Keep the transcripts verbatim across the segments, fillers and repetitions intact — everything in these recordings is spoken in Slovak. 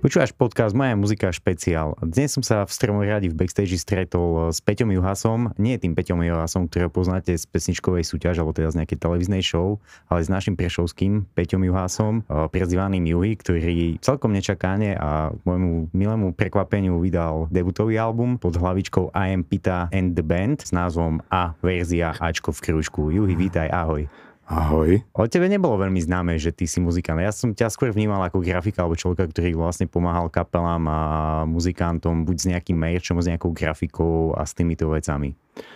Počúvaš podcast Moja muzika špeciál. Dnes som sa v stromom riadi v backstage stretol s Peťom Juhasom. Nie tým Peťom Juhasom, ktorého poznáte z pesničkovej súťaže, alebo teda z nejakej televíznej show, ale s našim prešovským Peťom Juhasom, prezývaným Juhy, ktorý celkom nečakane a k môjmu milému prekvapeniu vydal debutový album pod hlavičkou I Am Pita and the Band s názvom A verzia Ačko v krúžku. Juhy, vítaj, ahoj. Ahoj. O tebe nebolo veľmi známe, že ty si muzikant. Ja som ťa skôr vnímal ako grafika alebo človeka, ktorý vlastne pomáhal kapelám a muzikantom buď s nejakým merchom, s nejakou grafikou a s týmito vecami.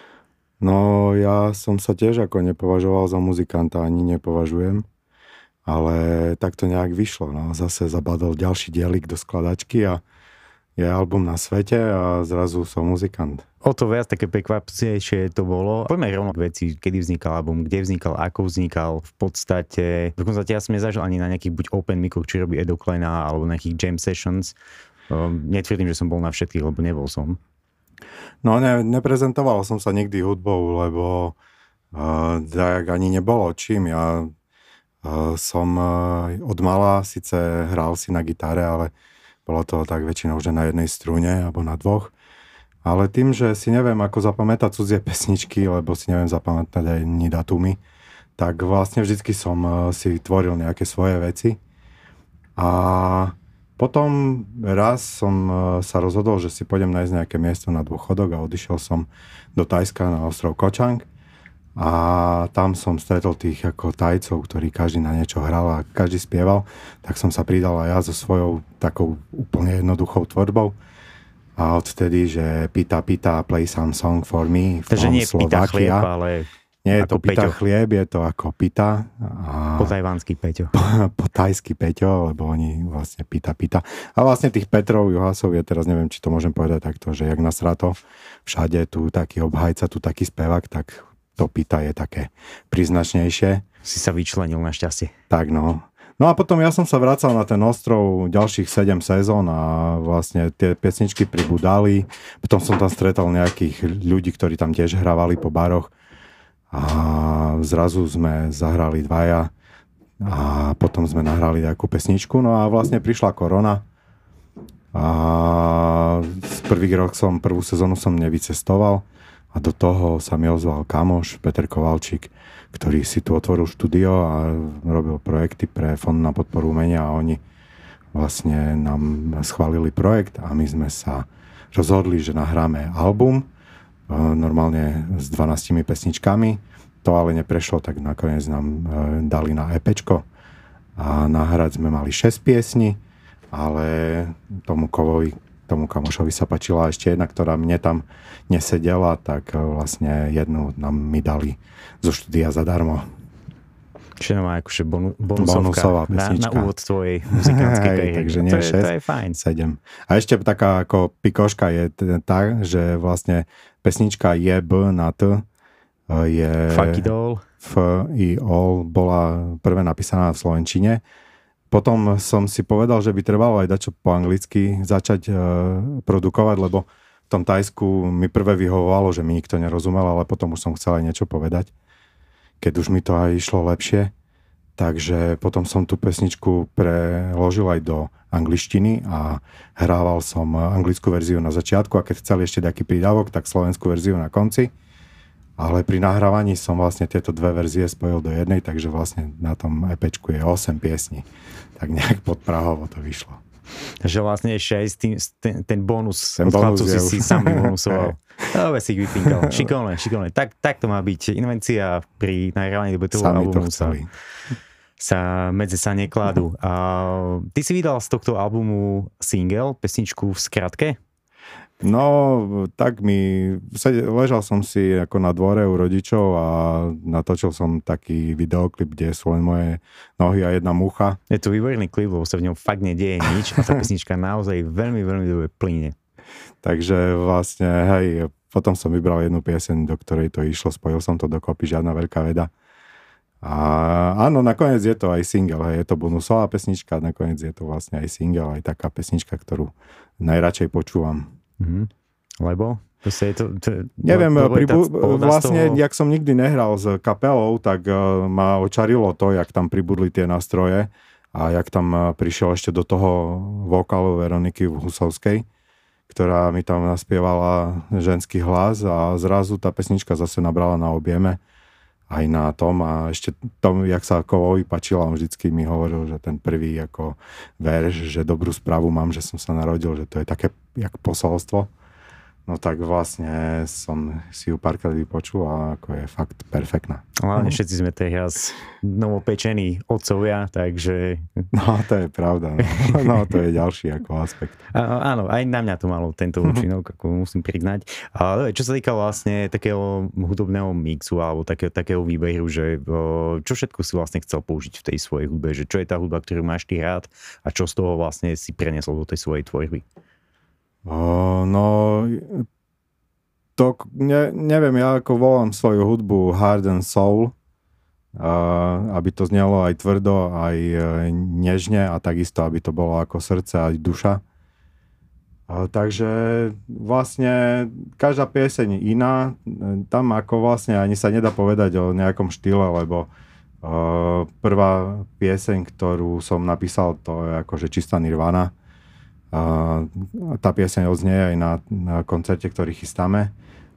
No ja som sa tiež ako nepovažoval za muzikanta, ani nepovažujem, ale tak to nejak vyšlo. No. Zase zabadol ďalší dielik do skladačky a je album na svete a zrazu som muzikant. O to viac také prekvapujúcejšie to bolo. Poďme rovno k veci, kedy vznikal album, kde vznikal, ako vznikal. V podstate, dokonca ja som nezažil ani na nejakých buď open mikoch, či robí Edo Kleina, alebo nejakých jam sessions. Um, netvrdím, že som bol na všetkých, lebo nebol som. No ne, neprezentoval som sa nikdy hudbou, lebo uh, tak ani nebolo čím. Ja uh, som uh, od mala síce hral si na gitare, ale bolo to tak väčšinou už na jednej strune alebo na dvoch. Ale tým, že si neviem ako zapamätať cudzie pesničky, lebo si neviem zapamätať aj ani datumy, tak vlastne vždycky som si tvoril nejaké svoje veci. A potom raz som sa rozhodol, že si pôjdem nájsť nejaké miesto na dôchodok a odišiel som do Thajska na ostrov Koh Chang. A tam som stretol tých ako Tajcov, ktorí každý na niečo hral a každý spieval. Tak som sa pridal aj ja so svojou takou úplne jednoduchou tvorbou. A odtedy, že Pita Pita play some song for me from nie Slovakia. Pita chlieb, ale nie je to Pita Peťo. chlieb, je to ako Pita. A po tajvanský Peťo. Po, po tajský Peťo, lebo oni vlastne Pita Pita. A vlastne tých Petrov Juhasov je teraz, neviem, či to môžem povedať takto, že jak nasrato všade tu taký obhajca, tu taký spevák, tak to Pita je také príznačnejšie. Si sa vyčlenil našťastie. Tak no. No a potom ja som sa vracal na ten ostrov ďalších sedem sezón a vlastne tie pesničky pribudali. Potom som tam stretol nejakých ľudí, ktorí tam tiež hrávali po baroch. A zrazu sme zahrali dvaja a potom sme nahrali nejakú pesničku. No a vlastne prišla korona. A z prvý rok som, prvú sezónu som nevycestoval. A do toho sa mi ozval kamoš Peter Kovalčík, ktorý si tu otvoril štúdio a robil projekty pre Fond na podporu umenia a oni vlastne nám schválili projekt a my sme sa rozhodli, že nahráme album, normálne s dvanástimi pesničkami. To ale neprešlo, tak nakoniec nám dali na EPčko a nahrať sme mali šesť piesní, ale tomu Kovovi tomu kamošovi sa páčila ešte jedna, ktorá mne tam nesedela, tak vlastne jednu nám mi dali zo štúdia zadarmo. Čiže má akože bonu, bonusovka bonusová na, pesnička. na úvod tvojej muzikánskej kariéry. Takže nie to, šesť, to je fajn. sedem. A ešte taká ako pikoška je tá, že vlastne pesnička Je B na T je Fuck it all. F I all bola prvé napísaná v slovenčine. Potom som si povedal, že by trebalo aj dačo po anglicky začať e, produkovať, lebo v tom Tajsku mi prvé vyhovovalo, že mi nikto nerozumel, ale potom už som chcel aj niečo povedať, keď už mi to aj išlo lepšie. Takže potom som tú pesničku preložil aj do angličtiny a hrával som anglickú verziu na začiatku a keď chceli ešte taký prídavok, tak slovenskú verziu na konci. Ale pri nahrávaní som vlastne tieto dve verzie spojil do jednej, takže vlastne na tom EPčku je osem piesní. Tak nejak podprahovo to vyšlo. Takže vlastne ešte aj tým, ten, ten bonus ten od chlapcov si už... si sám vybonusoval. Dobre si ich vypinkal. Šikovné, šikovné. Tak, tak to má byť. Invencia pri nahrávaní debutového albumu sa, sa medzi sa nekladú. A ty si vydal z tohto albumu single, pesničku v skratke? No, tak mi... Ležal som si ako na dvore u rodičov a natočil som taký videoklip, kde sú len moje nohy a jedna mucha. Je to výborný klip, lebo sa v ňom fakt nedieje nič a tá pesnička naozaj veľmi, veľmi dobre plyne. Takže vlastne, hej, potom som vybral jednu pieseň, do ktorej to išlo, spojil som to dokopy, žiadna veľká veda. A áno, nakoniec je to aj single, hej, je to bonusová pesnička, nakoniec je to vlastne aj single, aj taká pesnička, ktorú najradšej počúvam. Mm-hmm. Lebo? To je to, to, Neviem, pribu- vlastne, toho... jak som nikdy nehral s kapelou, tak uh, ma očarilo to, jak tam pribudli tie nástroje A jak tam prišiel ešte do toho vokálu Veroniky Husovskej, ktorá mi tam naspievala ženský hlas a zrazu tá pesnička zase nabrala na objeme aj na tom a ešte tom, jak sa Kovovi páčila, on vždycky mi hovoril, že ten prvý ako verš, že dobrú správu mám, že som sa narodil, že to je také jak posolstvo. No tak vlastne som si ju párkrát vypočul a ako je fakt perfektná. Hlavne všetci sme teraz novopečení otcovia, takže... No to je pravda, no, no to je ďalší ako aspekt. A, áno, aj na mňa to malo tento účinok, ako musím priznať. Ale čo sa týka vlastne takého hudobného mixu alebo takého, takého výberu, že čo všetko si vlastne chcel použiť v tej svojej hudbe, že čo je tá hudba, ktorú máš ty rád a čo z toho vlastne si preniesol do tej svojej tvorby? Uh, no, to ne, neviem, ja ako volám svoju hudbu Heart and Soul, uh, aby to znelo aj tvrdo, aj uh, nežne a takisto, aby to bolo ako srdce aj duša. Uh, takže vlastne každá pieseň iná, tam ako vlastne ani sa nedá povedať o nejakom štýle, lebo uh, prvá pieseň, ktorú som napísal, to je akože čistá nirvana. A tá pieseň odznie aj na, na koncerte, ktorý chystáme,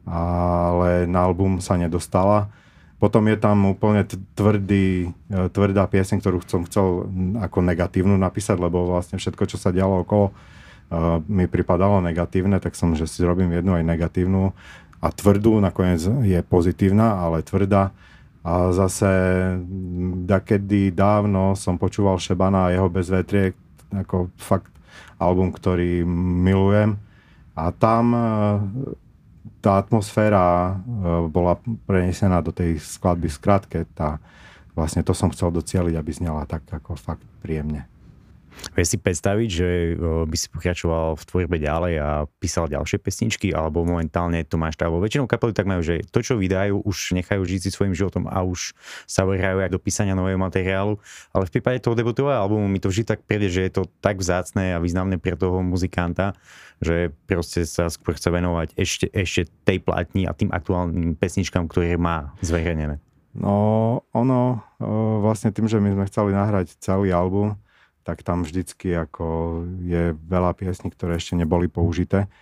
ale na album sa nedostala. Potom je tam úplne tvrdý, tvrdá pieseň, ktorú som chcel ako negatívnu napísať, lebo vlastne všetko, čo sa dialo okolo, mi pripadalo negatívne, tak som, že si robím jednu aj negatívnu a tvrdú, nakoniec je pozitívna, ale tvrdá. A zase dakedy dávno som počúval Šebana a jeho Bezvetrie, ako fakt album, ktorý milujem. A tam tá atmosféra bola prenesená do tej skladby Skratke. Tá, vlastne to som chcel docieliť, aby znela tak ako fakt príjemne. Vieš si predstaviť, že by si pokračoval v tvorbe ďalej a písal ďalšie pesničky, alebo momentálne to máš tak? Lebo väčšinou kapely tak majú, že to, čo vydajú, už nechajú žiť si svojím životom a už sa vrhajú aj do písania nového materiálu. Ale v prípade toho debutového albumu mi to vždy tak príde, že je to tak vzácne a významné pre toho muzikanta, že proste sa skôr chce venovať ešte, ešte tej platni a tým aktuálnym pesničkám, ktoré má zverejnené. No, ono vlastne tým, že my sme chceli nahrať celý album, tak tam vždycky ako je veľa piesní, ktoré ešte neboli použité.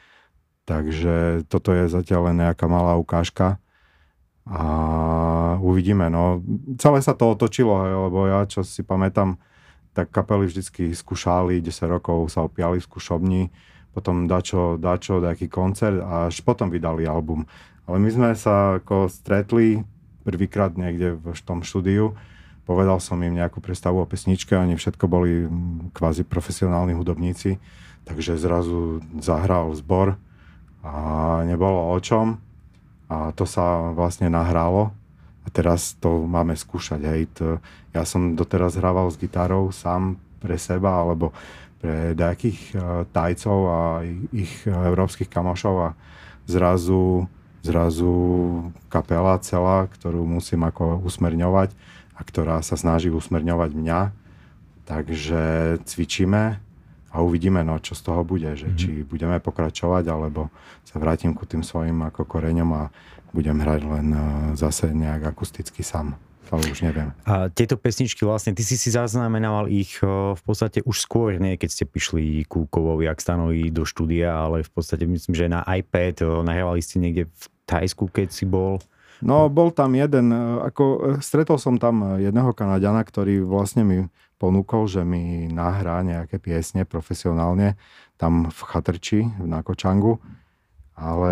Takže toto je zatiaľ len nejaká malá ukážka. A uvidíme. No, celé sa to otočilo, lebo ja, čo si pamätám, tak kapely vždycky skúšali, desať rokov sa opiali v skúšobni, potom dačo, dačo, nejaký koncert a až potom vydali album. Ale my sme sa ako stretli prvýkrát niekde v tom štúdiu. Povedal som im nejakú predstavu o pesničke, oni všetko boli kvázi profesionálni hudobníci, takže zrazu zahral zbor a nebolo o čom a to sa vlastne nahrálo a teraz to máme skúšať. Hej. Ja som doteraz hrával s gitarou sám pre seba alebo pre nejakých tajcov a ich európskych kamošov a zrazu, zrazu kapela celá, ktorú musím ako usmerňovať a ktorá sa snaží usmerňovať mňa. Takže cvičíme a uvidíme, no, čo z toho bude. Že, mm-hmm. Či budeme pokračovať, alebo sa vrátim ku tým svojim ako koreňom a budem hrať len zase nejak akusticky sám. To už neviem. A tieto pesničky vlastne, ty si si zaznamenal ich v podstate už skôr, nie keď ste prišli ku Kovovi, ak stanovi do štúdia, ale v podstate myslím, že na iPad nahrávali ste niekde v Thajsku, keď si bol. No, bol tam jeden, ako stretol som tam jedného Kanaďana, ktorý vlastne mi ponúkol, že mi nahrá nejaké piesne profesionálne tam v Chatrči, na Kočangu. Ale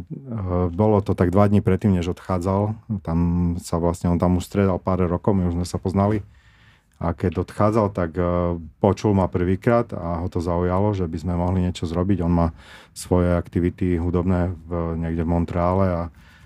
bolo to tak dva dní predtým, než odchádzal. Tam sa vlastne, on tam už stredal pár rokov, my už sme sa poznali. A keď odchádzal, tak počul ma prvýkrát a ho to zaujalo, že by sme mohli niečo zrobiť. On má svoje aktivity hudobné v, niekde v Montreale a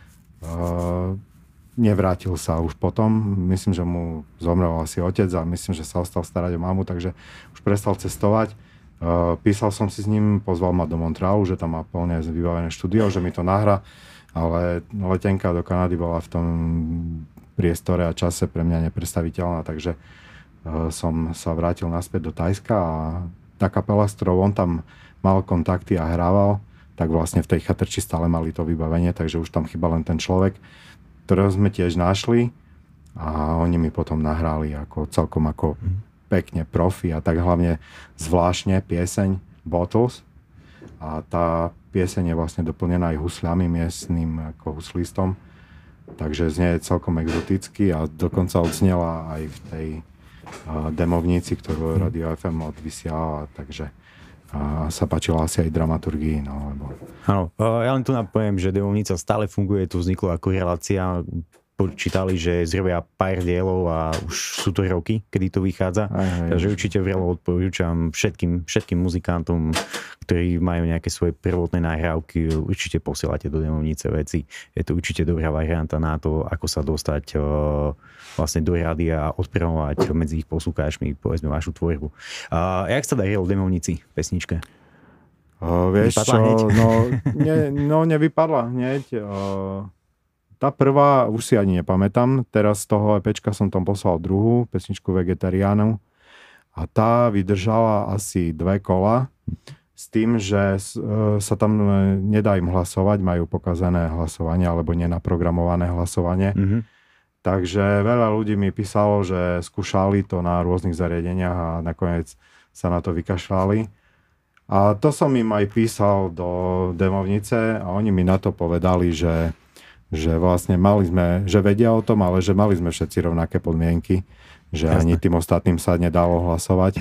Uh, nevrátil sa už potom. Myslím, že mu zomrel asi otec a myslím, že sa ostal starať o mamu, takže už prestal cestovať. Uh, písal som si s ním, pozval ma do Montrealu, že tam má plne vybavené štúdio, že mi to nahrá, ale letenka do Kanady bola v tom priestore a čase pre mňa nepredstaviteľná, takže uh, som sa vrátil naspäť do Thajska a tá kapela, s ktorou on tam mal kontakty a hrával, tak vlastne v tej Chatrči stále mali to vybavenie, takže už tam chýba len ten človek, ktorého sme tiež našli a oni mi potom nahráli ako celkom ako pekne profi a tak hlavne zvláštne pieseň Bottles. A tá pieseň je vlastne doplnená aj husľami, miestnym ako huslistom. Takže znie celkom exoticky a dokonca odznela aj v tej uh, demovnici, ktorú Radio ef em odvysiala, takže uh, sa páčila asi aj dramaturgii. No, lebo... Áno, uh, ja len tu napoviem, že demovnica stále funguje, tu vzniklo ako relácia. Počítali, že zrobia pár dielov a už sú to roky, kedy to vychádza. Aj, aj, Takže určite veľa odporúčam všetkým, všetkým muzikantom, ktorí majú nejaké svoje prvotné nahrávky, určite posielate do demovnice veci. Je to určite dobrá varianta na to, ako sa dostať uh, vlastne do rádia a odpromovať medzi ich poslucháčmi, povedzme, vašu tvorbu. Uh, jak sa darilo v demovnici pesničke? Uh, vieš čo, no, ne, no nevypadla hneď. Uh... Tá prvá, už si ani nepamätám, teraz z toho EPčka som tam poslal druhú, pesničku Vegetariánu a tá vydržala asi dve kola s tým, že sa tam nedá im hlasovať, majú pokazané hlasovanie alebo nenaprogramované hlasovanie. Mm-hmm. Takže veľa ľudí mi písalo, že skúšali to na rôznych zariadeniach a nakoniec sa na to vykašľali. A to som im aj písal do demovnice a oni mi na to povedali, že že vlastne mali sme, že vedia o tom, ale že mali sme všetci rovnaké podmienky, že Jasne. ani tým ostatným sa nedalo hlasovať.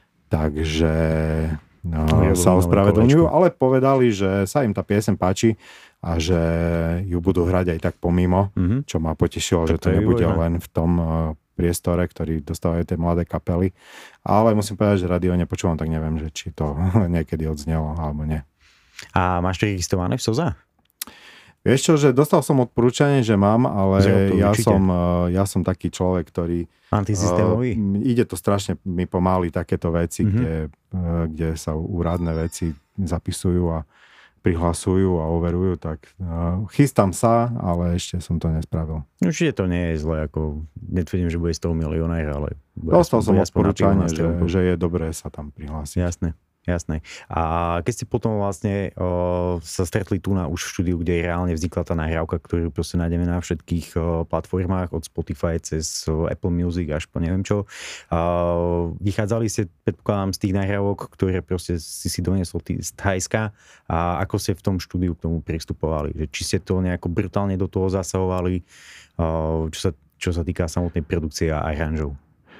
Takže no, sa ospravedlňujú, ale povedali, že sa im tá piesem páči a že ju budú hrať aj tak pomimo, mm-hmm. čo ma potešilo, tak že to, to nebude vývoj, len v tom priestore, ktorý dostávajú tie mladé kapely. Ale musím povedať, že rádio nepočúvam, tak neviem, že či to niekedy odznelo alebo nie. A máš to registrované v SOZA? Vieš čo, že dostal som odporúčanie, že mám, ale ja som, ja som taký človek, ktorý... Antisystémový? Uh, ide to strašne mi pomáli takéto veci, mm-hmm. kde, uh, kde sa úradné veci zapisujú a prihlasujú a overujú, tak uh, chystám sa, ale ešte som to nespravil. Určite to nie je zle, ako netvrdím, že bude z toho milionér, ale... Dostal som odporúčanie, že, že je dobré sa tam prihlásiť. Jasné. Jasné. A keď ste potom vlastne o, sa stretli tu na už v štúdiu, kde reálne vznikla tá nahrávka, ktorú proste nájdeme na všetkých o, platformách, od Spotify cez o, Apple Music až po neviem čo. A, vychádzali ste, predpokladám, z tých nahrávok, ktoré proste si si doniesol tý, z Thajska, a ako ste v tom štúdiu k tomu pristupovali? Že či ste to nejako brutálne do toho zasahovali, o, čo sa, čo sa týka samotnej produkcie a aranžov?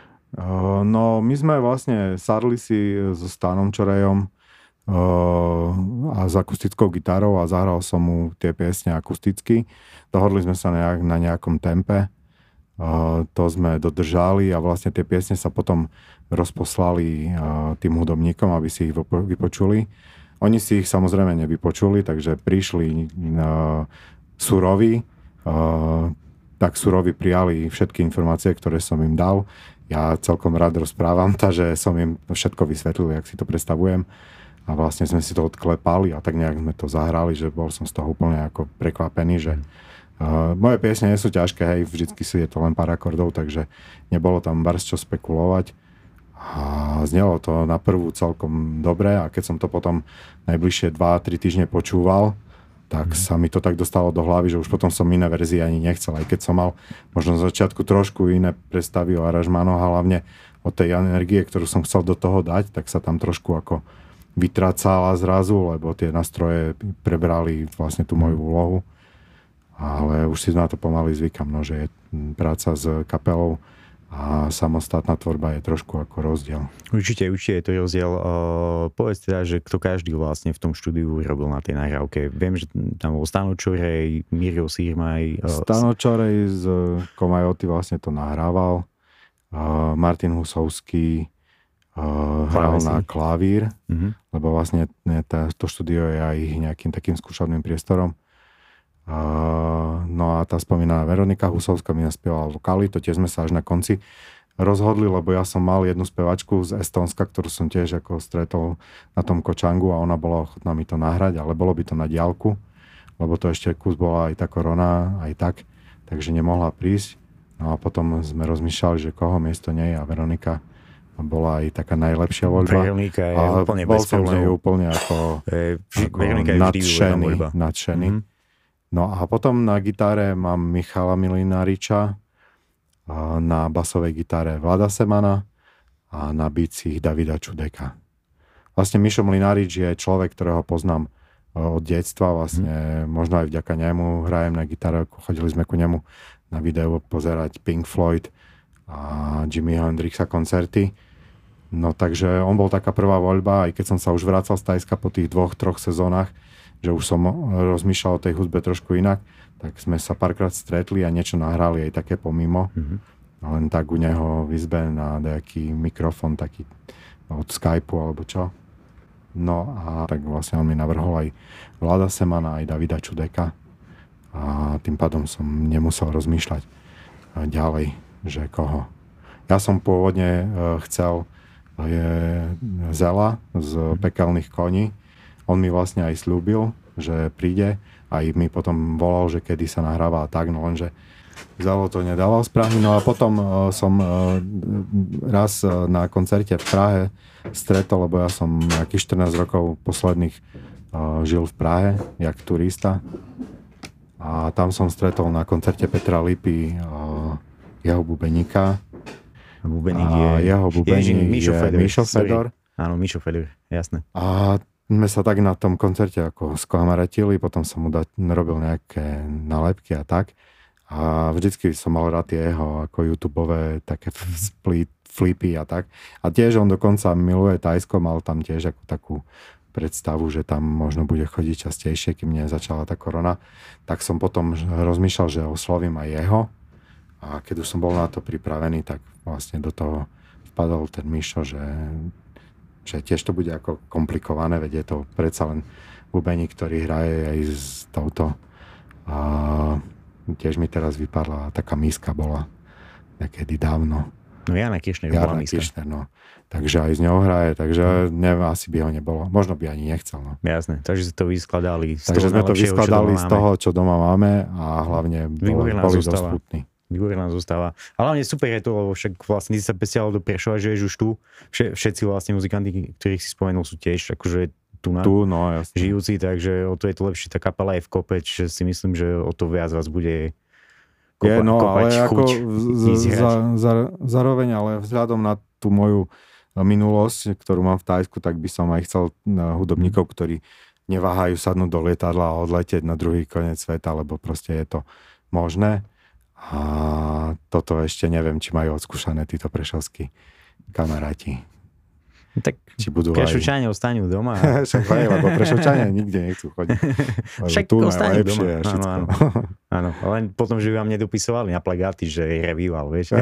No, my sme vlastne sadli si so Stanom Čorejom a s akustickou gitarou a zahral som mu tie piesne akusticky. Dohodli sme sa nejak, na nejakom tempe. To sme dodržali a vlastne tie piesne sa potom rozposlali tým hudobníkom, aby si ich vypočuli. Oni si ich samozrejme nevypočuli, takže prišli suroví, tak suroví prijali všetky informácie, ktoré som im dal. Ja celkom rád rozprávam, takže som im všetko vysvetlil, jak si to predstavujem. A vlastne sme si to odklepali a tak nejak sme to zahrali, že bol som z toho úplne ako prekvapený, že uh, moje piesne nie sú ťažké, hej, vždycky si je to len pár akordov, takže nebolo tam bars čo spekulovať. A znelo to na prvú celkom dobre a keď som to potom najbližšie dva tri týždne počúval, tak sa mi to tak dostalo do hlavy, že už potom som iné verzie ani nechcel, aj keď som mal možno na začiatku trošku iné predstavy o aranžmánoch a hlavne o tej energie, ktorú som chcel do toho dať, tak sa tam trošku ako vytracala zrazu, lebo tie nástroje prebrali vlastne tú moju úlohu. Ale už si na to pomaly zvykam, no, že je práca s kapelou a samostatná tvorba je trošku ako rozdiel. Určite, určite je to rozdiel. Uh, povedz teda, že kto každý vlastne v tom štúdiu robil na tej nahrávke. Viem, že tam bol Stano Čorej, Mírio Sírmaj. Uh, Stano Čorej z Komajoty vlastne to nahrával. Uh, Martin Husovský uh, hral na klavír, uh-huh. lebo vlastne tá, to štúdio je aj nejakým takým skúšobným priestorom. Uh, no a tá spomínaná Veronika Husovská mi naspievala vokály, to tiež sme sa až na konci rozhodli, lebo ja som mal jednu spevačku z Estónska, ktorú som tiež ako stretol na tom kočangu a ona bola ochotná mi to nahrať, ale bolo by to na diaľku, lebo to ešte kus bola aj tá korona, aj tak, takže nemohla prísť. No a potom sme rozmýšľali, že koho miesto nej a Veronika bola aj taká najlepšia voľba. Veronika je a úplne bol som z nej úplne ako, je, ako nadšený, nadšený. Mm-hmm. No a potom na gitare mám Michala Milináriča, na basovej gitare Vlada Semana a na bicích Davida Čudeka. Vlastne Mišo Mlynárič je človek, ktorého poznám od detstva, vlastne hmm. možno aj vďaka nemu hrajem na gitaru, chodili sme ku nemu na video pozerať Pink Floyd a Jimmyho Hendrixa koncerty. No takže on bol taká prvá voľba, aj keď som sa už vracal z Tajska po tých dvoch, troch sezónach, že už som rozmýšľal o tej hudbe trošku inak, tak sme sa párkrát stretli a niečo nahrali aj také pomimo. Mm-hmm. Len tak u neho v izbe na nejaký mikrofón taký od Skypeu alebo čo. No a tak vlastne on mi navrhol aj Vlada Semana, aj Davida Čudeka a tým pádom som nemusel rozmýšľať ďalej, že koho. Ja som pôvodne chcel je Zela z Pekelných koní. On mi vlastne aj slúbil, že príde, aj mi potom volal, že kedy sa nahráva a tak, no lenže Zelo to nedával správne. No a potom uh, som uh, raz uh, na koncerte v Prahe stretol, lebo ja som nejakých štrnásť rokov posledných uh, žil v Prahe, jak turista. A tam som stretol na koncerte Petra Lipy uh, jeho bubeníka. Bubeník a je... jeho bubeník Mišo je Fedor. Mišo Fedor. Áno, Mišo Fedor, jasné. A sme sa tak na tom koncerte ako skomaratili, potom som mu da, robil nejaké nálepky a tak. A vždycky som mal rád tie jeho ako YouTubeové také split, flipy a tak. A tiež on dokonca miluje Tajsko, mal tam tiež ako takú predstavu, že tam možno bude chodiť častejšie, kým nezačala tá korona. Tak som potom rozmýšľal, že oslovím aj jeho. A keď už som bol na to pripravený, tak vlastne do toho vpadol ten Mišo, že, že tiež to bude ako komplikované, veď je to predsa len bubeník, ktorý hraje aj s touto. A tiež mi teraz vypadla, taká miska bola niekedy dávno. No Jana Kiršner bola miska. Kiršner, no. Takže aj z ňou hraje, takže neviem, asi by ho nebolo. Možno by ani nechcel. No. Jasné, takže ste to vyskladali z takže toho sme to vyskladali z toho, čo doma máme a hlavne boli, boli dosť smutní. Výborná zostáva. A hlavne super je to, lebo však vlastne ty sa pestialo do Prešova, že ješ už tu. Všetci vlastne muzikanti, ktorých si spomenul, sú tiež akože tu na tu, no, žijúci, takže o to je to lepšie. Tá kapela je v kopeč, že si myslím, že o to viac vás bude kopa, je, no, kopať ale chuť. Ako z, za, za, zároveň, ale vzhľadom na tú moju minulosť, ktorú mám v Tajsku, tak by som aj chcel hudobníkov, ktorí neváhajú sadnúť do lietadla a odletieť na druhý koniec sveta, lebo proste je to možné. A toto ešte neviem, či majú odskúšané títo prešovskí kamaráti. Tak či budú Prešovčania aj... ostanú doma. Však aj, lebo Prešovčania nikde nechcú chodiť. Však tu ostanú doma. Áno, áno. áno, len potom, že by vám nedopisovali na plagáty, že je revival, vieš.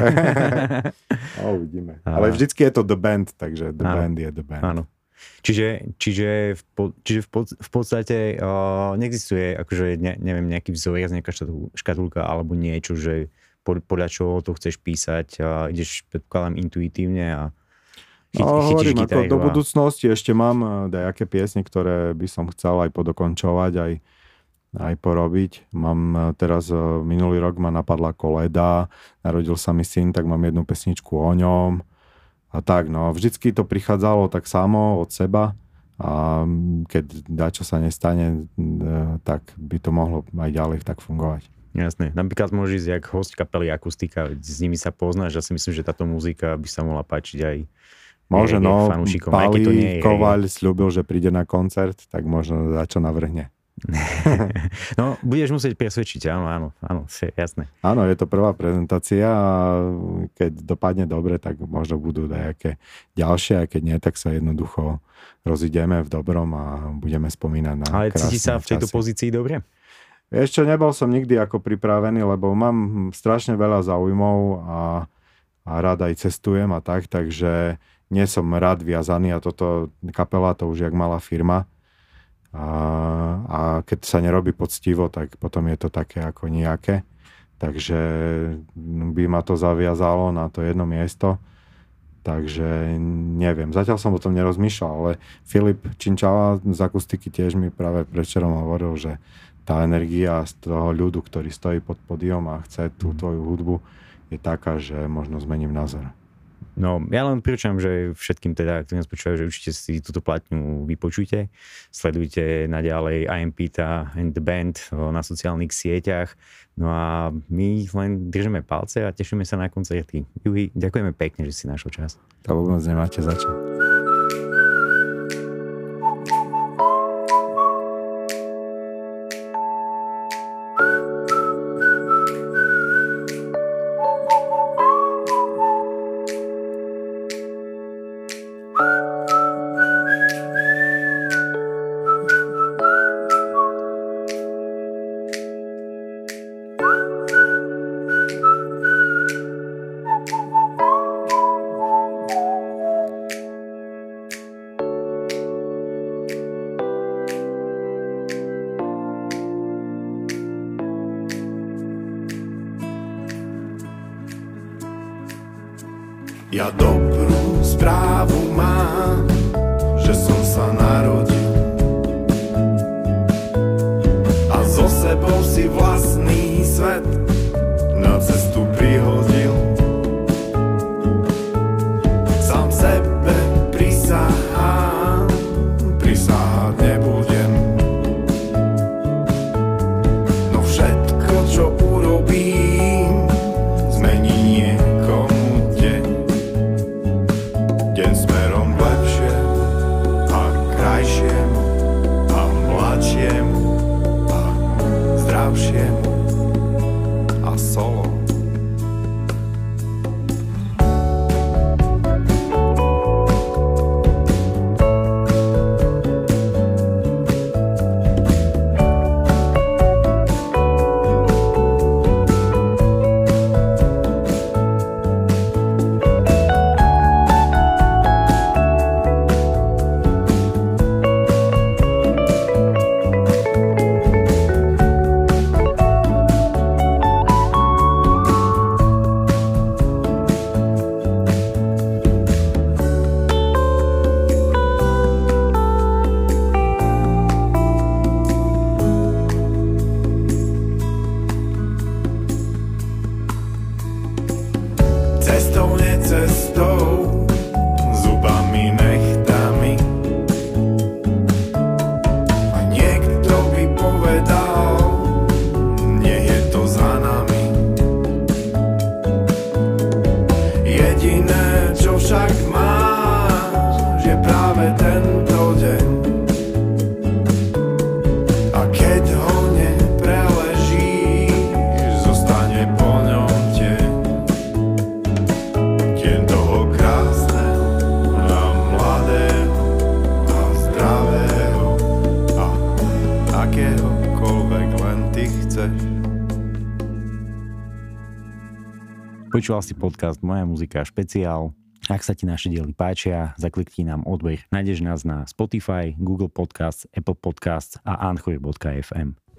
No, uvidíme. A... Ale vždycky je to The Band, takže The áno. Band je The Band. Áno. Čiže, čiže, v, po, čiže v, pod, v podstate uh, neexistuje akože ne, neviem, nejaký vzoriec, nejaká škatulka alebo niečo, že pod, podľa čoho to chceš písať a ideš, predpokladám, intuitívne a chy, no, chytíš hovorím, gitaru. Ako do budúcnosti ešte mám dajaké piesne, ktoré by som chcel aj podokončovať, aj, aj porobiť. Mám teraz, minulý rok ma napadla koleda, narodil sa mi syn, tak mám jednu pesničku o ňom. A tak, no, vždycky to prichádzalo tak samo od seba a keď dačo sa nestane, tak by to mohlo aj ďalej tak fungovať. Jasné. Napríklad môžeš ísť jak host kapely Akustika, s nimi sa poznáš a si myslím, že táto muzika by sa mohla páčiť aj Môže, aj, no, fanúšikom. Pali Kovaľ sľúbil, že príde na koncert, tak možno dačo navrhne. No, budeš musieť presvedčiť, áno, áno, áno, jasné. Áno, je to prvá prezentácia a keď dopadne dobre, tak možno budú nejaké ďalšie a keď nie, tak sa jednoducho rozídeme v dobrom a budeme spomínať na Ale krásne cíti sa v tejto časy. pozícii dobre? Ešte nebol som nikdy ako pripravený, lebo mám strašne veľa záujmov a, a rád aj cestujem a tak, takže nie som rád viazaný a toto kapela to už jak malá firma. A, a keď sa nerobí poctivo, tak potom je to také ako nejaké. Takže by ma to zaviazalo na to jedno miesto. Takže neviem, zatiaľ som o tom nerozmýšľal, ale Filip Činčala z Akustiky tiež mi práve predvčerom hovoril, že tá energia z toho ľudu, ktorý stojí pod pódium a chce tú tvoju hudbu, je taká, že možno zmením názor. No, ja len prečujem, že všetkým teda, ktorí nás počúvajú, že určite si túto platňu vypočujte. Sledujte naďalej I Am Pita and the Band na sociálnych sieťach. No a my len držíme palce a tešíme sa na koncerty. Juhi, ďakujeme pekne, že si našiel čas. To vôbec nemáte začať. Ja dobrú správu mám, že som sa narodil a so sebou si vlastný svet na cestu prihodil. Sám sebe prisahám, prisahať nebudem, no všetko, čo urobím, zmení niekomu deň. Deň smerom k lepšiemu a krajšiemu a mladšiemu a zdravšiemu a solo. Cestou, necestou, zubami, nechtami. A niekto by povedal, nie je to za nami. Jediné, čo však máš, je práve tento deň. A keď ho nepreležíš, zostane po ňom tieň. Deň toho krásneho a mladého a zdravého a akéhokoľvek len ty chceš. Počúval si podcast Moja muzika špeciál. Ak sa ti naše diely páčia, zaklikni nám odber. Nájdeš nás na Spotify, Google Podcasts, Apple Podcasts a Anchor bodka ef em.